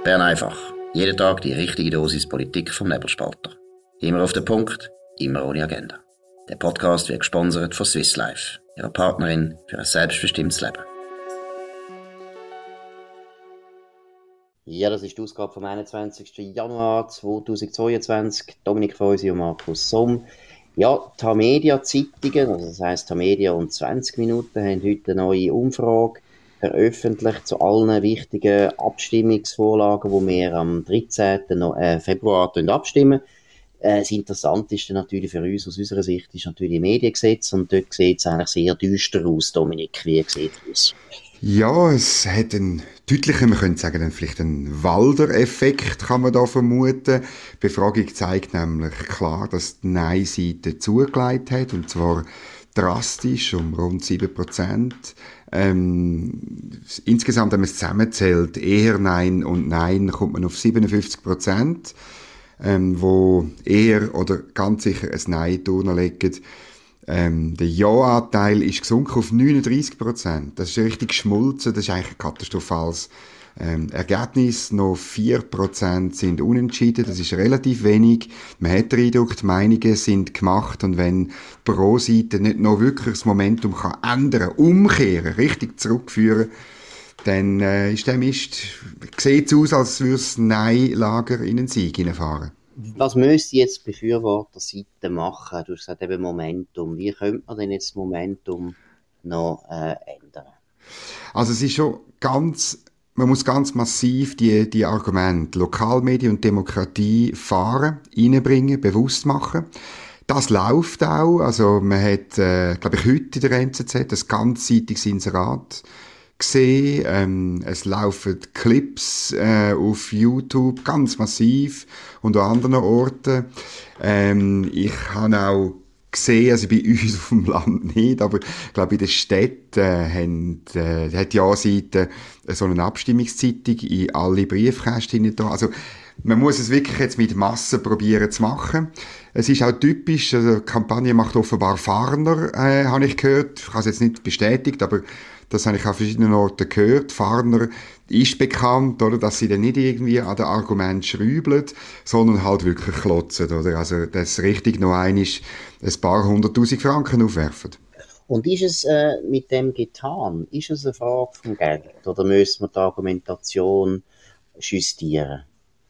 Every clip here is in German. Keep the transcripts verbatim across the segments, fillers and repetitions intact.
Bern einfach. Jeden Tag die richtige Dosis Politik vom Nebelspalter. Immer auf den Punkt, immer ohne Agenda. Der Podcast wird gesponsert von Swiss Life, ihrer Partnerin für ein selbstbestimmtes Leben. Ja, das ist die Ausgabe vom einundzwanzigsten Januar zweitausendzweiundzwanzig. Dominik Feusi und Markus Somm. Ja, die Tamedia-Zeitungen, also das heisst Tamedia und zwanzig Minuten, haben heute eine neue Umfrage veröffentlicht zu allen wichtigen Abstimmungsvorlagen, die wir am dreizehnten Februar abstimmen. Äh, das Interessanteste natürlich für uns aus unserer Sicht ist natürlich das Mediengesetz, und dort sieht es eigentlich sehr düster aus. Dominik, wie sieht es aus? Ja, es hat einen deutlichen, man könnte sagen, vielleicht einen Walder-Effekt, kann man da vermuten. Die Befragung zeigt nämlich klar, dass die Nein-Seite zugelegt hat, und zwar drastisch, um rund sieben Prozent. Ähm, insgesamt, wenn man es zusammenzählt, eher Nein und Nein, kommt man auf siebenundfünfzig Prozent, ähm, wo eher oder ganz sicher ein Nein durchlegen. Ähm, der Ja-Anteil ist gesunken auf neununddreissig Prozent. Das ist richtig geschmolzen, das ist eigentlich ein katastrophales ähm, Ergebnis. Noch vier Prozent sind unentschieden, das ist relativ wenig. Man hat den Eindruck, die Meinungen sind gemacht, und wenn pro Seite nicht noch wirklich das Momentum kann ändern, umkehren, richtig zurückführen, dann äh, ist der Mist, sieht es aus, als würde das Nein-Lager in den Sieg hineinfahren. Was müsste jetzt die Befürworterseite machen? Du hast gesagt, eben Momentum. Wie könnte man denn jetzt das Momentum noch äh, ändern? Also es ist schon ganz, man muss ganz massiv die, die Argumente Lokalmedien und Demokratie fahren, reinbringen, bewusst machen. Das läuft auch. Also man hat, äh, glaube ich, heute in der N Z Z ein ganzseitiges Inserat gesehen. Ähm, es laufen Clips äh, auf YouTube ganz massiv und an anderen Orten. Ähm, ich habe auch gesehen, also bei uns auf dem Land nicht, aber ich glaube, in den Städten äh, haben, äh, hat die A-Seite so eine Abstimmungszeitung in alle Briefkästen da. Also man muss es wirklich jetzt mit Massen probieren zu machen. Es ist auch typisch, also die Kampagne macht offenbar Farner, äh, habe ich gehört. Ich habe es jetzt nicht bestätigt, aber das habe ich an verschiedenen Orten gehört. Farner ist bekannt, oder, dass sie dann nicht irgendwie an den Argumenten schrübeln, sondern halt wirklich klotzen, oder? Also, dass richtig noch einmal ein paar hunderttausend Franken aufwerfen. Und ist es äh, mit dem getan? Ist es eine Frage vom Geld? Oder müssen wir die Argumentation justieren?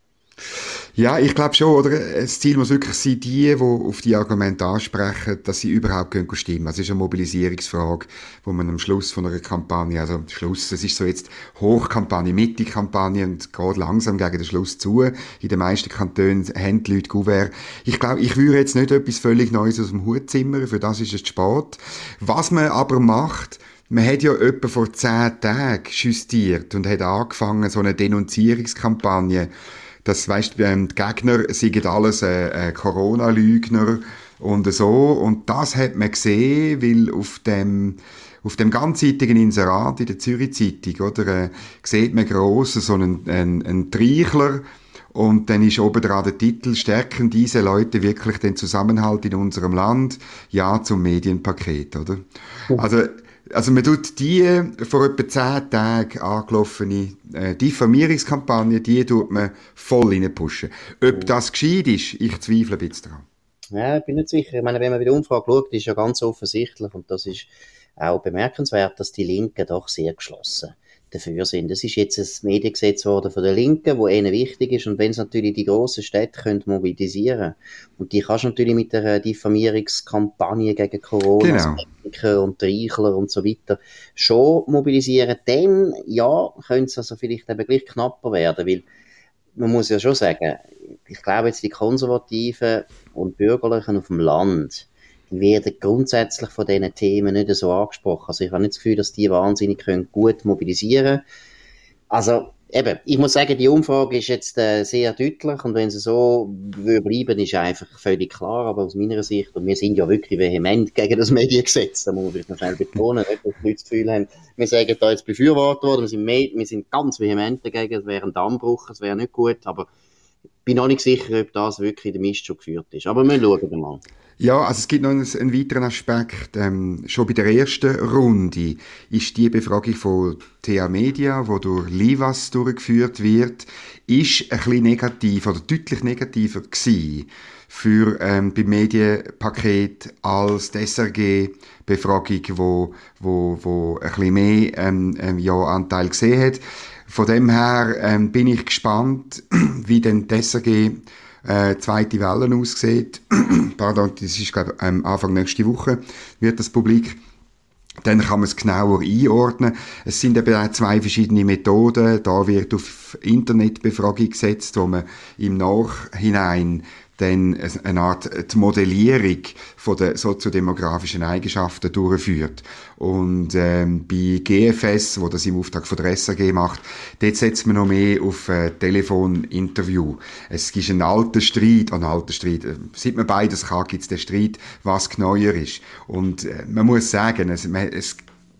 Ja, ich glaube schon, oder? Das Ziel muss wirklich sein, die, die auf die Argumente ansprechen, dass sie überhaupt können stimmen. Also es ist eine Mobilisierungsfrage, wo man am Schluss von einer Kampagne, also am Schluss, es ist so jetzt Hochkampagne, Mitte-Kampagne und geht langsam gegen den Schluss zu. In den meisten Kantonen haben die Leute Kuvert. Ich glaube, ich würde jetzt nicht etwas völlig Neues aus dem Hut zimmern, für das ist es zu spät. Was man aber macht, man hat ja etwa vor zehn Tagen justiert und hat angefangen, so eine Denunzierungskampagne. Das, weisst, ähm, die Gegner sind alles äh, äh, Corona-Lügner und so. Und das hat man gesehen, weil auf dem, auf dem ganzseitigen Inserat in der Zürich-Zeitung, oder, äh, sieht man gross so einen, einen, einen Treichler. Und dann ist oben dran der Titel: Stärken diese Leute wirklich den Zusammenhalt in unserem Land? Ja zum Medienpaket, oder? Oh. Also, Also man tut die vor etwa zehn Tagen angelaufene äh, Diffamierungskampagne, die tut man voll reinpushen. Ob das gescheit ist, ich zweifle ein bisschen daran. Ja, ich bin nicht sicher. Ich meine, wenn man bei der Umfrage schaut, ist ja ganz offensichtlich, und das ist auch bemerkenswert, dass die Linken doch sehr geschlossen dafür sind. Das ist jetzt ein Mediengesetz worden von der Linken, wo ihnen wichtig ist, und wenn es natürlich die grossen Städte können mobilisieren, und die kannst du natürlich mit der Diffamierungskampagne gegen Corona, genau, und Treichler und so weiter schon mobilisieren, dann ja, könnte es also vielleicht eben gleich knapper werden, weil man muss ja schon sagen, ich glaube jetzt die Konservativen und Bürgerlichen auf dem Land, die werden grundsätzlich von diesen Themen nicht so angesprochen. Also ich habe nicht das Gefühl, dass die wahnsinnig können gut mobilisieren können. Also eben, ich muss sagen, die Umfrage ist jetzt äh, sehr deutlich, und wenn sie so bleiben, ist einfach völlig klar. Aber aus meiner Sicht, und wir sind ja wirklich vehement gegen das Mediengesetz, da muss man vielleicht noch schnell betonen, nicht, dass die Leute das Gefühl haben, wir sagen da jetzt befürwortet worden, wir sind, mehr, wir sind ganz vehement dagegen, es wäre ein Dammbruch, es wäre nicht gut, aber ich bin noch nicht sicher, ob das wirklich der Mist schon geführt ist. Aber wir schauen mal. Ja, also es gibt noch einen, einen weiteren Aspekt. Ähm, schon bei der ersten Runde ist die Befragung von T A Media, die durch Livas durchgeführt wird, ist ein bisschen negativ oder deutlich negativer gewesen für ähm, beim Medienpaket als die S R G-Befragung, wo, wo, wo ein bisschen mehr ähm, ähm, ja, Anteil gesehen hat. Von dem her ähm, bin ich gespannt, wie denn die S R G äh, zweite Welle aussieht. Pardon, das ist, glaube ich, ähm, Anfang nächste Woche wird das publik. Dann kann man es genauer einordnen. Es sind eben auch zwei verschiedene Methoden. Da wird auf Internetbefragung gesetzt, wo man im Nachhinein dann eine Art die Modellierung von den soziodemografischen Eigenschaften durchführt. Und ähm, bei G F S, wo das im Auftrag von der S R G macht, dort setzt man noch mehr auf äh, Telefoninterview. Es ist ein alter Streit, ein alter Streit, äh, seit man beides kann, gibt es den Streit, was genauer ist. Und äh, man muss sagen, es, es,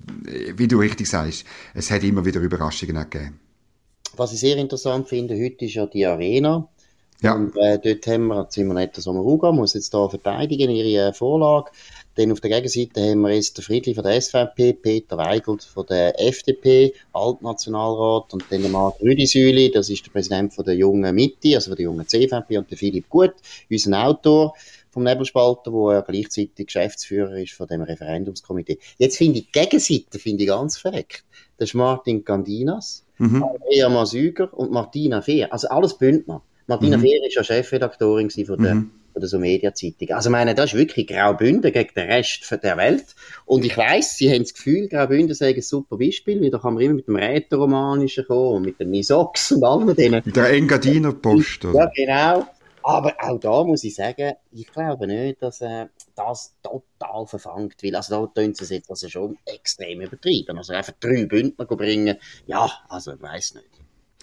wie du richtig sagst, es hat immer wieder Überraschungen gegeben. Was ich sehr interessant finde, heute ist ja die Arena. Ja. Und äh, dort haben wir Simonetta Sommaruga, muss jetzt da verteidigen, ihre äh, Vorlage. Dann auf der Gegenseite haben wir jetzt den Friedli von der S V P, Peter Weigelt von der F D P, Altnationalrat, und dann der Marc Rüdisüli, das ist der Präsident von der jungen Mitte, also von der jungen C V P, und der Philipp Gut, unser Autor vom Nebelspalter, wo er gleichzeitig Geschäftsführer ist von dem Referendumskomitee. Jetzt finde ich die Gegenseite finde ich ganz verreckt. Das ist Martin Gandinas, Mhm. Andrea Masüger und Martina Fehr. Also alles Bündner. Martina mhm. Fehr war ja Chefredaktorin von der, mhm. von der So-Media-Zeitung. Also ich meine, das ist wirklich Graubünden gegen den Rest der Welt. Und ich weiss, sie haben das Gefühl, Graubünden sei ein super Beispiel, weil da kann man immer mit dem Rätoromanischen kommen und mit dem Nisox und allem denen. Der Engadiner Post. Ja, genau. Aber auch da muss ich sagen, ich glaube nicht, dass äh, das total verfangt will. Also da tun sie es jetzt also schon extrem übertrieben. Also einfach drei Bündner bringen, ja, also ich weiss nicht.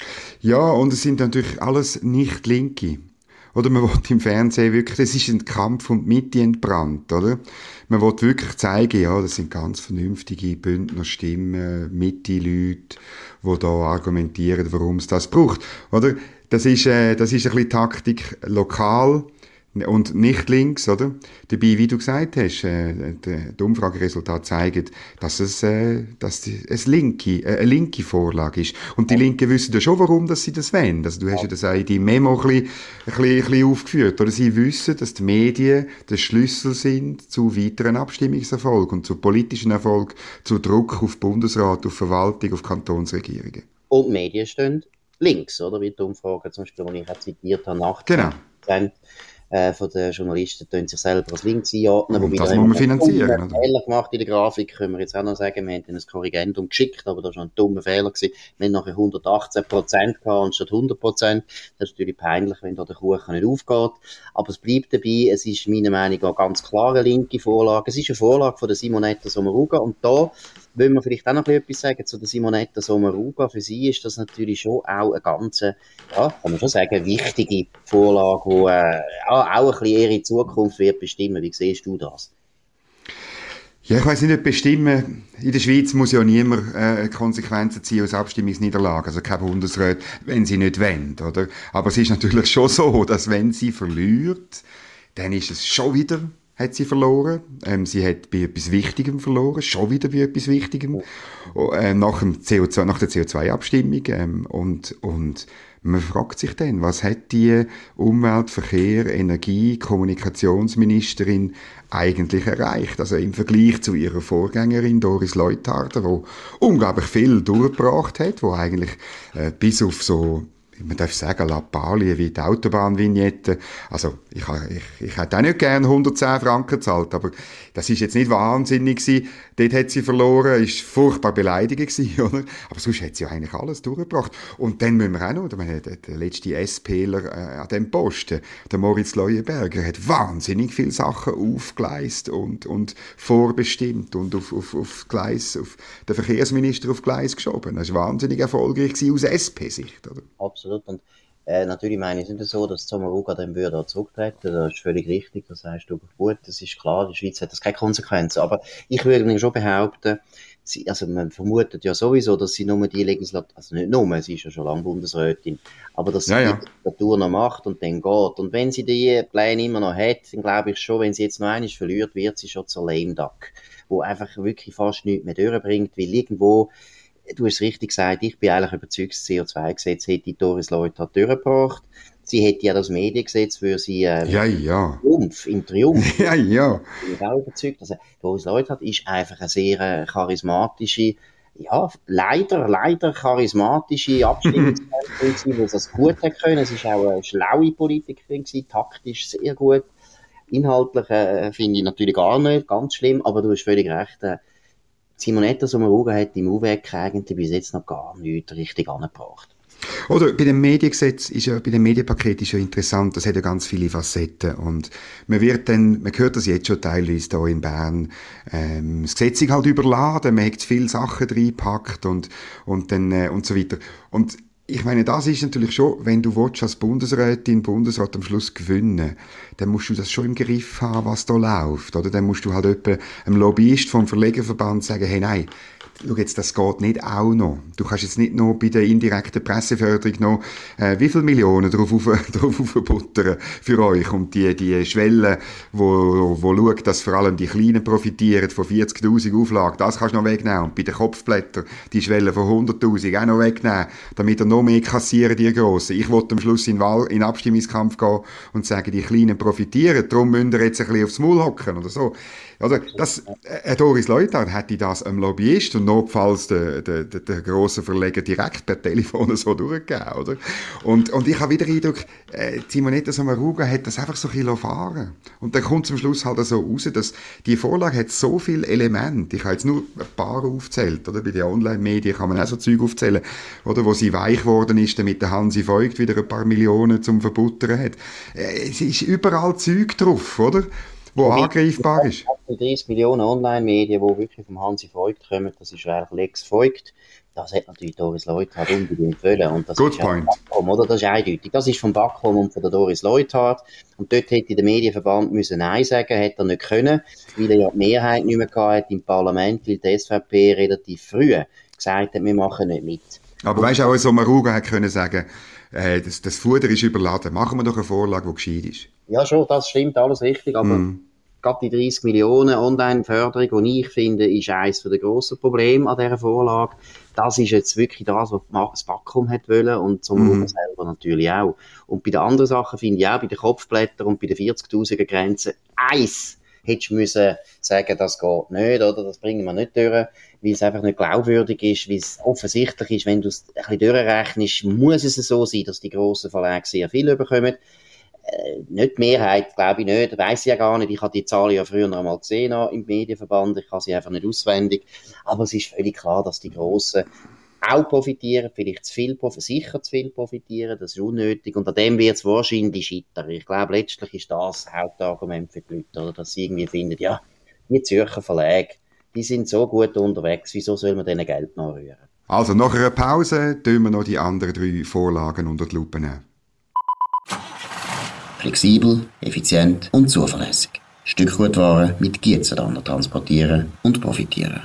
Ja, und es sind natürlich alles nicht Linke. Oder man will im Fernsehen wirklich, das ist ein Kampf um die Mitte entbrannt, oder? Man will wirklich zeigen, ja, das sind ganz vernünftige Bündner Stimmen, Mitte-Leute, die da argumentieren, warum es das braucht, oder? Das ist, äh, das ist ein bisschen Taktik lokal und nicht links, oder? Dabei, wie du gesagt hast, äh, die, die Umfrageresultate zeigen, dass es, äh, dass die, es linke, äh, eine linke Vorlage ist. Und die Linken wissen ja schon, warum dass sie das wollen. Also du hast ja das auch in deinem Memo ein bisschen, ein bisschen, ein bisschen aufgeführt, oder? Sie wissen, dass die Medien der Schlüssel sind zu weiteren Abstimmungserfolg und zu politischen Erfolg, zu Druck auf Bundesrat, auf Verwaltung, auf Kantonsregierungen. Und Medien stehen links, oder? Wie die Umfrage zum Beispiel, die ich auch zitiert habe, achtzehn Prozent genau. von den Journalisten tun sich selber als links einordnen. Und das muss man finanzieren. Einen Fehler gemacht in der Grafik, können wir jetzt auch noch sagen. Wir haben ein Korrigendum geschickt, aber das war ein dummer Fehler gewesen. Wir haben nachher hundertachtzehn Prozent gehabt, anstatt hundert Prozent. Das ist natürlich peinlich, wenn da der Kuchen nicht aufgeht. Aber es bleibt dabei, es ist meiner Meinung nach ganz klar eine linke Vorlage. Es ist eine Vorlage von der Simonetta Sommaruga, und da wollen wir vielleicht auch noch etwas sagen zu der Simonetta Sommaruga. Für sie ist das natürlich schon auch eine ganz, ja, kann man schon sagen, wichtige Vorlage, die äh, ja, auch ein bisschen ihre Zukunft wird bestimmen. Wie siehst du das? Ja, ich weiss nicht, bestimmen. In der Schweiz muss ja niemand äh, Konsequenzen ziehen aus Abstimmungsniederlagen. Also kein Bundesrat, wenn sie nicht wollen, oder? Aber es ist natürlich schon so, dass wenn sie verliert, dann ist es schon wieder, hat sie verloren. Ähm, sie hat bei etwas Wichtigem verloren, schon wieder bei etwas Wichtigem. Oh. Äh, nach, dem C O zwei, nach der C O zwei Abstimmung. Ähm, und, und man fragt sich dann, was hat die Umwelt-, Verkehr-, Energie-, Kommunikationsministerin eigentlich erreicht? Also im Vergleich zu ihrer Vorgängerin Doris Leuthard, die unglaublich viel durchgebracht hat, wo eigentlich äh, bis auf so, man darf sagen, Lappalien wie die Autobahnvignette. Also, ich, ich, ich hätte auch nicht gerne hundertzehn Franken gezahlt, aber das ist jetzt nicht wahnsinnig gewesen. Dort hat sie verloren, ist furchtbar beleidigend gewesen, oder? Aber sonst hat sie ja eigentlich alles durchgebracht. Und dann müssen wir auch noch, ich meine, der, der letzte SPler äh, an dem Posten, der Moritz Leuenberger, hat wahnsinnig viele Sachen aufgeleistet und, und vorbestimmt und auf, auf, auf Gleis, auf den Verkehrsminister auf Gleis geschoben. Das war wahnsinnig erfolgreich gewesen aus S P-Sicht, oder? Absolut. Und äh, natürlich meine ich nicht so, dass Sommaruga dann würde zurücktreten. Das ist völlig richtig. Das heißt du gut. Das ist klar. Die Schweiz hat das keine Konsequenzen. Aber ich würde schon behaupten, sie, also man vermutet ja sowieso, dass sie nur die Legislatur, also nicht nur, sie ist ja schon lange Bundesrätin, aber dass sie Ja, die ja. Legislatur noch macht und dann geht. Und wenn sie die Pläne immer noch hat, dann glaube ich schon, wenn sie jetzt noch einmal verliert, wird sie schon zur Lame Duck, wo einfach wirklich fast nichts mehr durchbringt, weil irgendwo, du hast es richtig gesagt, ich bin eigentlich überzeugt, das C O zwei Gesetz hätte Doris Leuthard durchgebracht. Sie hätte ja das Mediengesetz für sie äh, Ja, ja. Triumph, im Triumph. Ja, ja. Bin ich auch überzeugt. Also, Doris Leuthard ist einfach eine sehr äh, charismatische, ja, leider, leider charismatische Abstimmungskämpferin, die das gut hat können. Sie ist auch eine schlaue Politikerin gewesen, taktisch sehr gut. Inhaltlich äh, finde ich natürlich gar nicht, ganz schlimm, aber du hast völlig recht. Äh, Simonetta Sommaruga hat im U W E C eigentlich bis jetzt noch gar nichts richtig angebracht. Oder bei dem Mediengesetz ist ja, bei dem Medienpaket ist ja interessant, das hat ja ganz viele Facetten und man wird dann, man hört das jetzt schon teilweise hier in Bern, ähm, das Gesetz ist halt überladen, man hat zu viele Sachen reingepackt und, und dann, äh, und so weiter. Und ich meine, das ist natürlich schon, wenn du willst, als Bundesrätin, Bundesrat am Schluss gewinnen, dann musst du das schon im Griff haben, was da läuft, oder? Dann musst du halt etwa einem Lobbyist vom Verlegerverband sagen, hey, nein, schau jetzt, das geht nicht auch noch. Du kannst jetzt nicht noch bei der indirekten Presseförderung noch äh, wie viele Millionen drauf, auf, drauf aufbuttern für euch und die, die Schwelle, wo, wo schaut, dass vor allem die Kleinen profitieren von vierzigtausend Auflagen, das kannst du noch wegnehmen. Und bei den Kopfblättern die Schwelle von hunderttausend auch noch wegnehmen, damit er noch mehr kassieren, die Grossen. Ich wollte am Schluss in Wahl, in Abstimmungskampf gehen und sagen, die Kleinen profitieren, darum müsst ihr jetzt ein bisschen aufs Maul hocken oder so. Also, das, äh, Doris Leuthard hätte das einem Lobbyist und notfalls der, der, der, der grossen Verleger direkt per Telefon so durchgegeben, oder? Und, und ich habe wieder den Eindruck, äh, Simonetta Sommaruga hat das einfach so ein bisschen fahren. Und dann kommt zum Schluss halt so raus, dass die Vorlage hat so viele Elemente. Ich habe jetzt nur ein paar aufgezählt, oder? Bei den Online-Medien kann man auch so Zeug aufzählen, oder? Wo sie weich geworden ist, damit der Hansi Voigt wieder ein paar Millionen zum Verbuttern hat. Äh, es ist überall Zeug drauf, oder? Wo angreifbar ist. dreißig Millionen Online-Medien, die wirklich vom Hansi Voigt kommen, das ist eigentlich Lex Voigt. Das hat natürlich Doris Leuthard unbedingt wollen. Und das Good ist point. Backcom, oder? Das ist eindeutig. Das ist vom Backcom und von der Doris Leuthard. Und dort hätte der Medienverband müssen Nein sagen, hätte er nicht können, weil er ja die Mehrheit nicht mehr gehabt im Parlament, weil die S V P relativ früh gesagt hat, wir machen nicht mit. Aber weißt du, auch so Maruga hätte können sagen, äh, das, das Fuder ist überladen, machen wir doch eine Vorlage, die gescheit ist. Ja, schon, das stimmt, alles richtig, aber mm. gerade die dreißig Millionen Online-Förderung, die ich finde, ist eines der grossen Probleme an dieser Vorlage. Das ist jetzt wirklich das, was das Backcom hat wollen und zum mm. selber natürlich auch. Und bei den anderen Sachen finde ich auch, bei den Kopfblättern und bei den vierzigtausender Grenzen, eins hättest du müssen sagen, das geht nicht, oder das bringen wir nicht durch, weil es einfach nicht glaubwürdig ist, weil es offensichtlich ist, wenn du es ein bisschen durchrechnest, muss es so sein, dass die grossen Verlage sehr viel bekommen. Äh, nicht die Mehrheit, glaube ich nicht, weiss ich ja gar nicht. Ich habe die Zahlen ja früher noch einmal gesehen im Medienverband, ich habe sie einfach nicht auswendig. Aber es ist völlig klar, dass die Grossen auch profitieren, vielleicht zu viel, sicher zu viel profitieren, das ist unnötig. Und an dem wird es wahrscheinlich scheitern. Ich glaube, letztlich ist das das Hauptargument für die Leute, oder? Dass sie irgendwie finden, ja, die Zürcher Verlage, die sind so gut unterwegs, wieso soll man denen Geld nachrühren? Also, nach einer Pause tun wir noch die anderen drei Vorlagen unter die Lupe nehmen. Flexibel, effizient und zuverlässig. Stückgutware mit Gietzenlander transportieren und profitieren.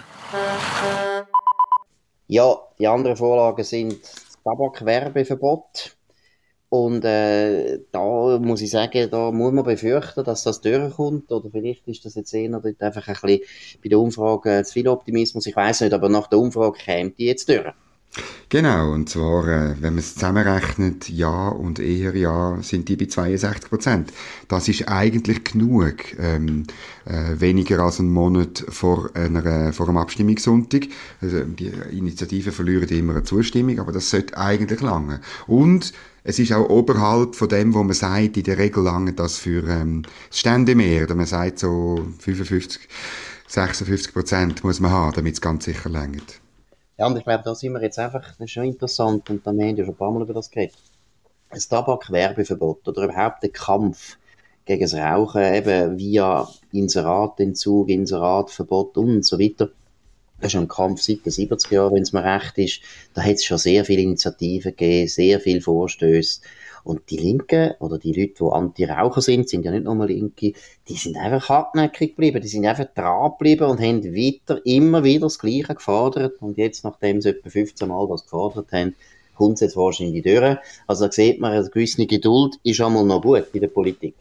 Ja, die anderen Vorlagen sind das Tabakwerbeverbot. Und äh, da muss ich sagen, da muss man befürchten, dass das durchkommt. Oder vielleicht ist das jetzt eher dort einfach ein bisschen bei der Umfrage zu viel Optimismus. Ich weiss nicht, aber nach der Umfrage käme die jetzt durch. Genau, und zwar, äh, wenn man es zusammenrechnet, ja und eher ja, sind die bei zweiundsechzig Prozent. Das ist eigentlich genug, ähm, äh, weniger als einen Monat vor, einer, vor einem Abstimmungssonntag. Also, die Initiativen verlieren immer eine Zustimmung, aber das sollte eigentlich lange. Und es ist auch oberhalb von dem, wo man sagt, in der Regel lange das für ähm, das Ständemehr, oder man sagt so fünfundfünfzig, sechsundfünfzig Prozent muss man haben, damit es ganz sicher reicht. Ja, und ich glaube, da sind wir jetzt einfach, das ist schon interessant, und dann haben wir schon ein paar Mal über das geredet. Das Tabakwerbeverbot oder überhaupt der Kampf gegen das Rauchen, eben via Inseratentzug, Inseratverbot und so weiter. Das ist schon ein Kampf seit den siebziger Jahren, wenn es mir recht ist. Da hat es schon sehr viele Initiativen gegeben, sehr viele Vorstöße. Und die Linken, oder die Leute, die Anti-Raucher sind, sind ja nicht nur Linke, die sind einfach hartnäckig geblieben, die sind einfach dran geblieben und haben weiter, immer wieder das Gleiche gefordert. Und jetzt, nachdem sie etwa fünfzehn Mal das gefordert haben, kommt es jetzt wahrscheinlich durch. Also da sieht man, eine gewisse Geduld ist einmal noch gut in der Politik.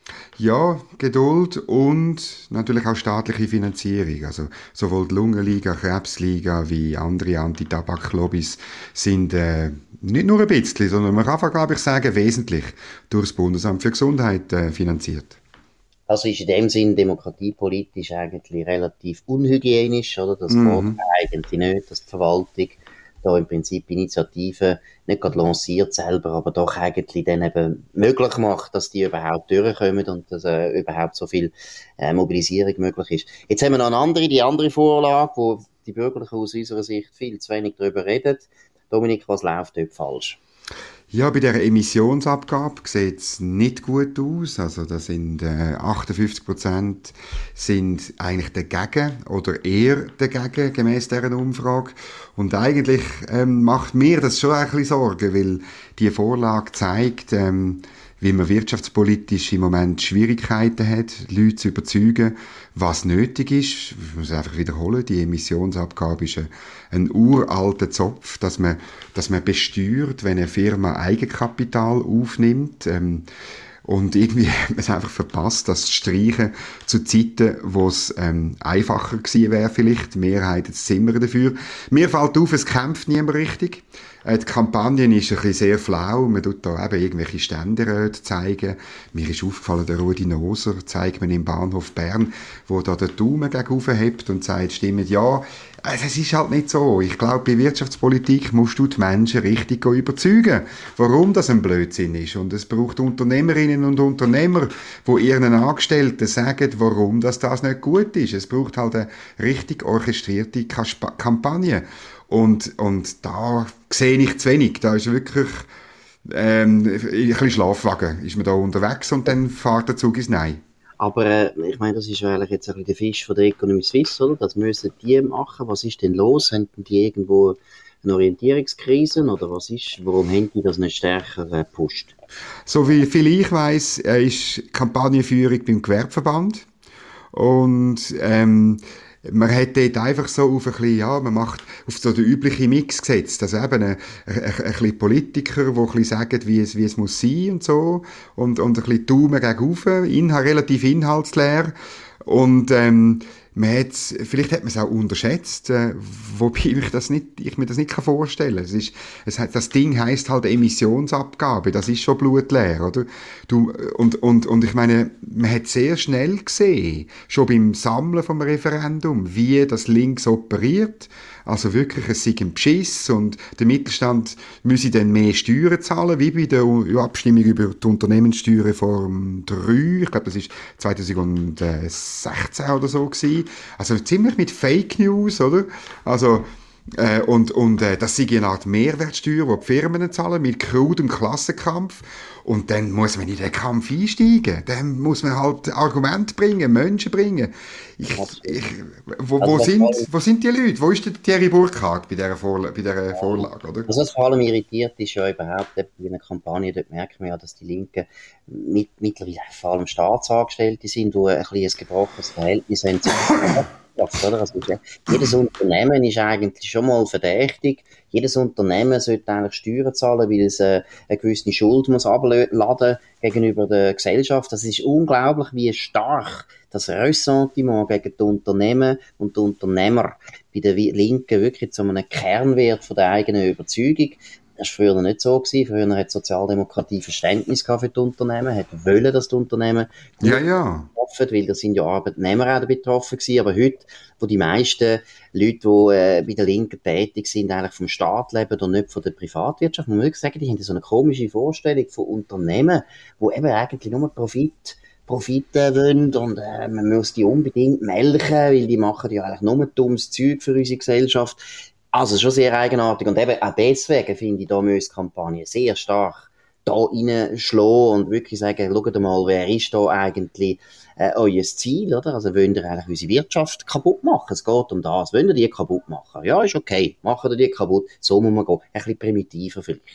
Ja, Geduld und natürlich auch staatliche Finanzierung. Also sowohl die Lungenliga, Krebsliga wie andere Anti-Tabak-Lobbys sind äh, nicht nur ein bisschen, sondern man kann, glaube ich, sagen, wesentlich durch das Bundesamt für Gesundheit äh, finanziert. Also ist in dem Sinn demokratiepolitisch eigentlich relativ unhygienisch, oder? Das Mhm. geht eigentlich nicht, dass die Verwaltung da im Prinzip Initiativen nicht gerade lanciert selber, aber doch eigentlich dann eben möglich macht, dass die überhaupt durchkommen und dass äh, überhaupt so viel äh, Mobilisierung möglich ist. Jetzt haben wir noch eine andere, die andere Vorlage, wo die Bürgerlichen aus unserer Sicht viel zu wenig darüber reden. Dominik, was läuft dort falsch? Ja, bei der Emissionsabgabe sieht es nicht gut aus. Also da sind äh, achtundfünfzig Prozent sind eigentlich dagegen oder eher dagegen, gemäß deren Umfrage. Und eigentlich ähm, macht mir das schon ein bisschen Sorgen, weil die Vorlage zeigt, ähm, wie man wirtschaftspolitisch im Moment Schwierigkeiten hat, Leute zu überzeugen, was nötig ist. Ich muss einfach wiederholen, die Emissionsabgabe ist ein, ein uralter Zopf, dass man, dass man besteuert, wenn eine Firma Eigenkapital aufnimmt. Ähm, und irgendwie hat man es einfach verpasst, das zu streichen zu Zeiten, wo es ähm, einfacher gewesen wäre vielleicht. Die Mehrheit hat Zimmer dafür. Mir fällt auf, es kämpft niemand richtig. Äh, die Kampagne ist ein bisschen sehr flau. Man tut da eben irgendwelche Ständeräte zeigen. Mir ist aufgefallen, der Rudi Noser zeigt man im Bahnhof Bern, wo da der Daumen gegen hebt und sagt, stimmt ja. Also es ist halt nicht so. Ich glaube, bei Wirtschaftspolitik musst du die Menschen richtig überzeugen, warum das ein Blödsinn ist. Und es braucht Unternehmerinnen und Unternehmer, die ihren Angestellten sagen, warum das, das nicht gut ist. Es braucht halt eine richtig orchestrierte Kaspa- Kampagne. Und, und da sehe ich zu wenig. Da ist wirklich ähm, ein bisschen Schlafwagen. Ist man da unterwegs und dann fährt der Zug ins Nein. Aber äh, ich meine, das ist eigentlich jetzt ein bisschen der Fisch von der Economy Suisse, oder? Das müssen die machen. Was ist denn los? Haben die irgendwo eine Orientierungskrise oder was ist? Warum haben die das nicht stärker äh, gepusht? So wie viel ich weiss, äh, ist Kampagnenführung beim Gewerbeverband. Und ähm, man hat dort einfach so auf ein bisschen, ja, man macht auf so den üblichen Mix gesetzt. Also eben ein, ein, ein bisschen Politiker, die ein bisschen sagen, wie es, wie es muss sein und so. Und, und ein bisschen Daumen gegen rauf, inhalt, relativ inhaltsleer. Und, ähm, man hat's, vielleicht hat man es auch unterschätzt, äh, wobei ich, das nicht, ich mir das nicht vorstellen kann. Es ist, es hat, das Ding heisst halt Emissionsabgabe, das ist schon blutleer, oder? Du, und, und, und ich meine, man hat sehr schnell gesehen, schon beim Sammeln vom Referendum, wie das links operiert. Also wirklich, es sei ein Beschiss und der Mittelstand müsse dann mehr Steuern zahlen, wie bei der Abstimmung über die Unternehmenssteuerreform drei. Ich glaube, das ist zweitausendsechzehn oder so gewesen. Also ziemlich mit Fake News, oder? Also, äh, und, und äh, das sei eine Art Mehrwertsteuer, die die Firmen zahlen, mit krudem Klassenkampf. Und dann muss man in den Kampf einsteigen. Dann muss man halt Argumente bringen, Menschen bringen. Ich, ich, wo, wo, sind, wo sind die Leute? Wo ist der Thierry Burkhardt bei dieser, Vorla- bei dieser Vorlage? Oder? Also was vor allem irritiert ist ja überhaupt bei einer Kampagne, dort merkt man ja, dass die Linken mit, mittlerweile vor allem Staatsangestellte sind, die ein bisschen ein gebrochenes Verhältnis haben zu oder? Also, jedes Unternehmen ist eigentlich schon mal verdächtig. Jedes Unternehmen sollte eigentlich Steuern zahlen, weil es äh, eine gewisse Schuld muss abladen gegenüber der Gesellschaft. Das ist unglaublich, wie stark das Ressentiment gegen die Unternehmen und die Unternehmer bei den Linken wirklich zu einem Kernwert von der eigenen Überzeugung. Das war früher nicht so gewesen. Früher hat die Sozialdemokratie Verständnis gehabt für die Unternehmen, hat wollen, dass die Unternehmen ja, ja. betroffen, weil da sind ja Arbeitnehmer auch betroffen gewesen. Aber heute, wo die meisten Leute, die äh, bei der Linken tätig sind, eigentlich vom Staat leben und nicht von der Privatwirtschaft, man muss wirklich sagen, die haben so eine komische Vorstellung von Unternehmen, die eben eigentlich nur Profit Profite wollen und äh, man muss die unbedingt melken, weil die machen ja eigentlich nur dummes Zeug für unsere Gesellschaft. Also schon sehr eigenartig und eben auch deswegen finde ich, da muss die Kampagne sehr stark da reinschlagen und wirklich sagen, schaut mal, wer ist da eigentlich äh, euer Ziel, oder? Also wollt ihr eigentlich unsere Wirtschaft kaputt machen? Es geht um das. Wollt ihr die kaputt machen? Ja, ist okay. Machen ihr die kaputt. So muss man gehen. Ein bisschen primitiver vielleicht.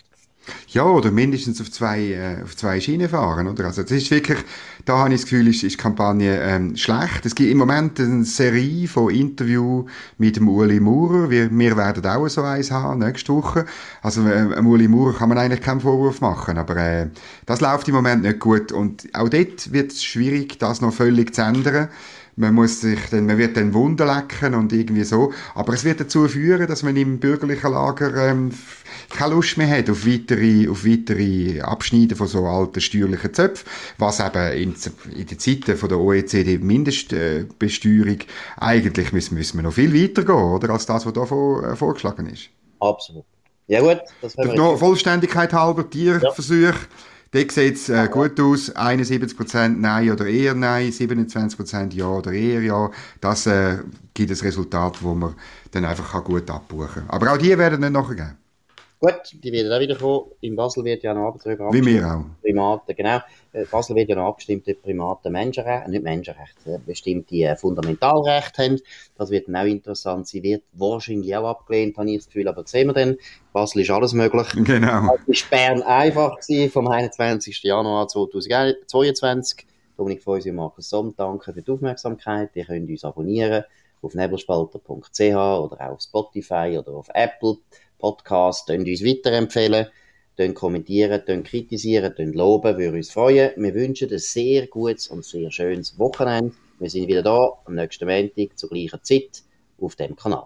Ja, oder mindestens auf zwei, äh, auf zwei Schienen fahren, oder? Also, das ist wirklich, da habe ich das Gefühl, ist, ist die Kampagne, ähm, schlecht. Es gibt im Moment eine Serie von Interviews mit dem Ueli Maurer. Wir, wir werden auch so eins haben, nächste Woche. Also, äh, dem Ueli Maurer kann man eigentlich keinen Vorwurf machen, aber, äh, das läuft im Moment nicht gut. Und auch dort wird es schwierig, das noch völlig zu ändern. Man muss sich dann, man wird dann Wunden lecken und irgendwie so. Aber es wird dazu führen, dass man im bürgerlichen Lager, ähm, keine Lust mehr hat auf weitere, auf weitere Abschneiden von so alten steuerlichen Zöpfen, was eben in, in den Zeiten von der O E C D-Mindestbesteuerung eigentlich müssen, müssen wir noch viel weiter gehen, oder, als das, was da vor, äh, vorgeschlagen ist. Absolut. Ja gut, das wir noch Vollständigkeit halber, Tierversuche. Ja. Dort sieht es äh, gut aus, einundsiebzig Prozent Nein oder eher Nein, siebenundzwanzig Prozent Ja oder eher Ja. Das äh, gibt ein Resultat, das man dann einfach gut abbuchen kann. Aber auch die werden nicht nachgeben. Gut, die werden auch wieder kommen. In Basel wird ja noch abgestimmt. Wie wir auch. Primaten, genau. In Basel wird ja noch abgestimmt, ob Primaten Menschenrechte, nicht Menschenrechte, bestimmte äh, Fundamentalrechte haben. Das wird dann auch interessant sein. Wird wahrscheinlich auch abgelehnt, habe ich das Gefühl, aber das sehen wir dann. Basel ist alles möglich. Genau. Es war Bern einfach gewesen, vom einundzwanzigsten Januar zweitausendzweiundzwanzig. Dominik Feusi und Markus Somm, danke für die Aufmerksamkeit. Ihr könnt uns abonnieren auf nebelspalter punkt c h oder auch auf Spotify oder auf Apple Podcast. Könnt uns weiterempfehlen, könnt kommentieren, könnt kritisieren, könnt loben, würde uns freuen. Wir wünschen ein sehr gutes und sehr schönes Wochenende. Wir sind wieder da am nächsten Montag zur gleichen Zeit auf dem Kanal.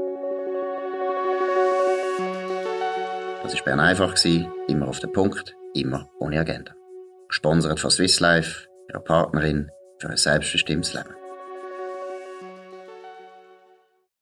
Das war Bern einfach, immer auf den Punkt, immer ohne Agenda. Gesponsert von Swiss Life, ihrer Partnerin für ein selbstbestimmtes Leben.